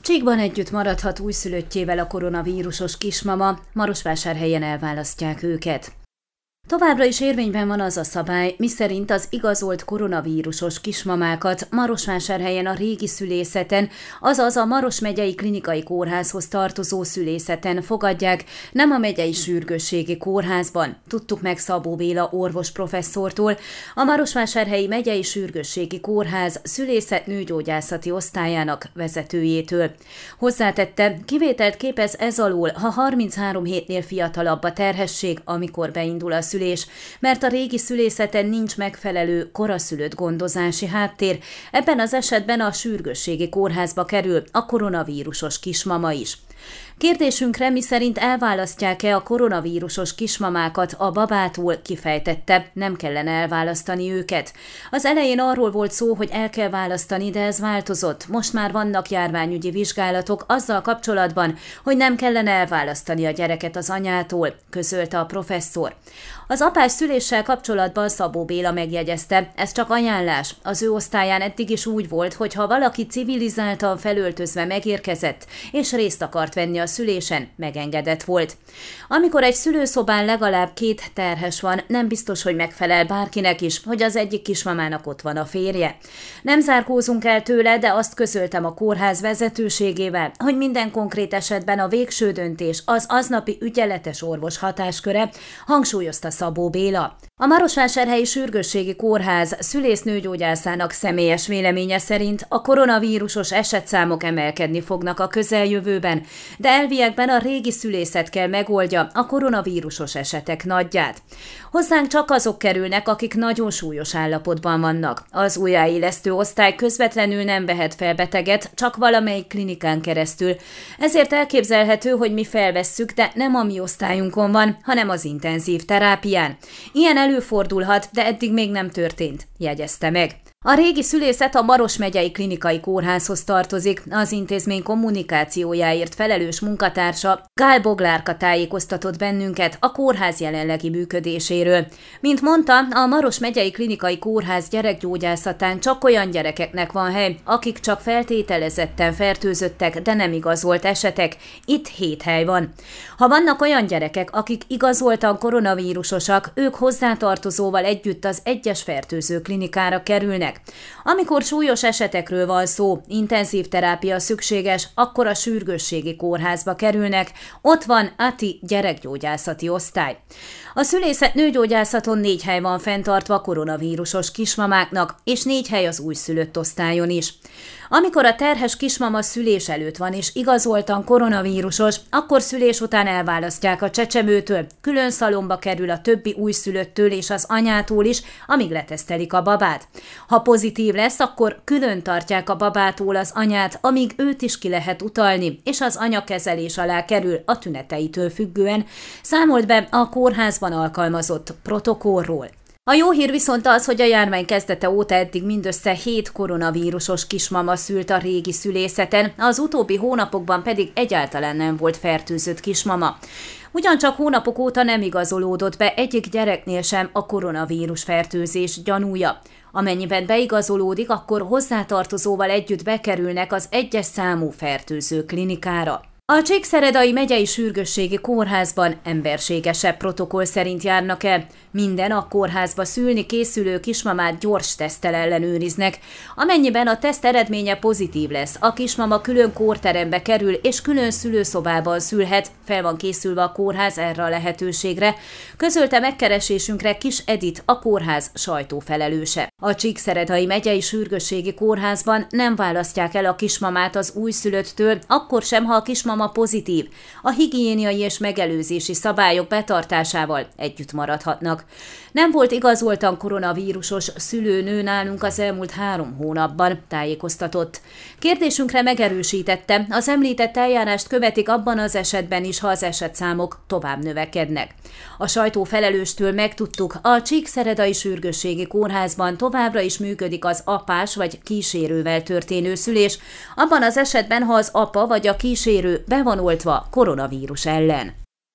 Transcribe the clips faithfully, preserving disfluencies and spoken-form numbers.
Csíkban együtt maradhat újszülöttjével a koronavírusos kismama, Marosvásárhelyen elválasztják őket. Továbbra is érvényben van az a szabály, miszerint az igazolt koronavírusos kismamákat Marosvásárhelyen a régi szülészeten, azaz a Maros megyei klinikai kórházhoz tartozó szülészeten fogadják, nem a megyei sürgősségi kórházban. Tudtuk meg Szabó Béla orvos professzortól, a Marosvásárhelyi megyei sürgősségi kórház szülészet nőgyógyászati osztályának vezetőjétől. Hozzátette, kivételt képez ez alól, ha harminchárom hétnél fiatalabb a terhesség, amikor beindul a szülés, mert a régi szülészeten nincs megfelelő koraszülött gondozási háttér, ebben az esetben a sürgősségi kórházba kerül a koronavírusos kismama is. Kérdésünkre, miszerint elválasztják-e a koronavírusos kismamákat a babától, kifejtette, nem kellene elválasztani őket. Az elején arról volt szó, hogy el kell választani, de ez változott. Most már vannak járványügyi vizsgálatok azzal kapcsolatban, hogy nem kellene elválasztani a gyereket az anyától, közölte a professzor. Az apás szüléssel kapcsolatban Szabó Béla megjegyezte, ez csak ajánlás. Az ő osztályán eddig is úgy volt, hogy ha valaki civilizáltan felöltözve megérkezett, és részt akart venni a szülésen, megengedett volt. Amikor egy szülőszobán legalább két terhes van, nem biztos, hogy megfelel bárkinek is, hogy az egyik kismamának ott van a férje. Nem zárkózunk el tőle, de azt közöltem a kórház vezetőségével, hogy minden konkrét esetben a végső döntés az aznapi ügyeletes orvos hatásköre, hangsúlyozta Szabó Béla. A Marosvásárhelyi Sürgősségi Kórház szülésznőgyógyászának személyes véleménye szerint a koronavírusos esetszámok emelkedni fognak a közeljövőben, de elviekben a régi szülészet kell megoldja a koronavírusos esetek nagyját. Hozzánk csak azok kerülnek, akik nagyon súlyos állapotban vannak. Az újjáélesztő osztály közvetlenül nem vehet fel beteget, csak valamelyik klinikán keresztül. Ezért elképzelhető, hogy mi felvesszük, de nem a mi osztályunkon van, hanem az intenzív terápián. Ilyen előfordulhat, de eddig még nem történt, jegyezte meg. A régi szülészet a Maros megyei klinikai kórházhoz tartozik, az intézmény kommunikációjáért felelős munkatársa Gál Boglárka tájékoztatott bennünket a kórház jelenlegi működéséről. Mint mondta, a Maros megyei klinikai kórház gyerekgyógyászatán csak olyan gyerekeknek van hely, akik csak feltételezetten fertőzöttek, de nem igazolt esetek. Itt hét hely van. Ha vannak olyan gyerekek, akik igazoltan koronavírusosak, ők hozzátartozóval együtt az egyes fertőző klinikára kerülnek. Amikor súlyos esetekről van szó, intenzív terápia szükséges, akkor a sürgősségi kórházba kerülnek, ott van á té i gyerekgyógyászati osztály. A szülészet nőgyógyászaton négy hely van fenntartva koronavírusos kismamáknak, és négy hely az újszülött osztályon is. Amikor a terhes kismama szülés előtt van és igazoltan koronavírusos, akkor szülés után elválasztják a csecsemőtől, külön szalomba kerül a többi újszülöttől és az anyától is, amíg letesztelik a babát. Ha pozitív lesz, akkor külön tartják a babától az anyát, amíg őt is ki lehet utalni, és az anya kezelés alá kerül a tüneteitől függően, számolt be a kórházban alkalmazott protokollról. A jó hír viszont az, hogy a járvány kezdete óta eddig mindössze hét koronavírusos kismama szült a régi szülészeten, az utóbbi hónapokban pedig egyáltalán nem volt fertőzött kismama. Ugyancsak hónapok óta nem igazolódott be egyik gyereknél sem a koronavírus fertőzés gyanúja. Amennyiben beigazolódik, akkor hozzátartozóval együtt bekerülnek az egyes számú fertőző klinikára. A Csíkszeredai megyei sürgősségi kórházban emberségesebb protokoll szerint járnak el. Minden a kórházba szülni készülő kismamát gyors teszttel ellenőriznek. Amennyiben a teszt eredménye pozitív lesz, a kismama külön kórterembe kerül és külön szülőszobában szülhet, fel van készülve a kórház erre a lehetőségre, közölte megkeresésünkre Kis Edit, a kórház sajtófelelőse. A Csíkszeredai megyei sürgősségi kórházban nem választják el a kismamát az újszülöttől, akkor sem, ha a kismama pozitív. A higiéniai és megelőzési szabályok betartásával együtt maradhatnak. Nem volt igazoltan koronavírusos szülőnő nálunk az elmúlt három hónapban, tájékoztatott. Kérdésünkre megerősítette, az említett eljárást követik abban az esetben is, ha az esetszámok tovább növekednek. A sajtófelelőstől megtudtuk, a Csíkszeredai Sürgősségi Kórházban továbbra is működik az apás vagy kísérővel történő szülés, abban az esetben, ha az apa vagy a kísérő be van oltva koronavírus ellen.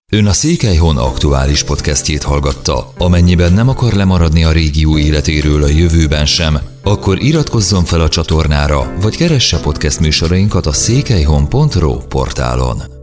Ön a Székelyhon aktuális podcastjét hallgatta. Amennyiben nem akar lemaradni a régió életéről a jövőben sem, akkor iratkozzon fel a csatornára, vagy keresse podcast műsorainkat a székelyhon pont ro portálon.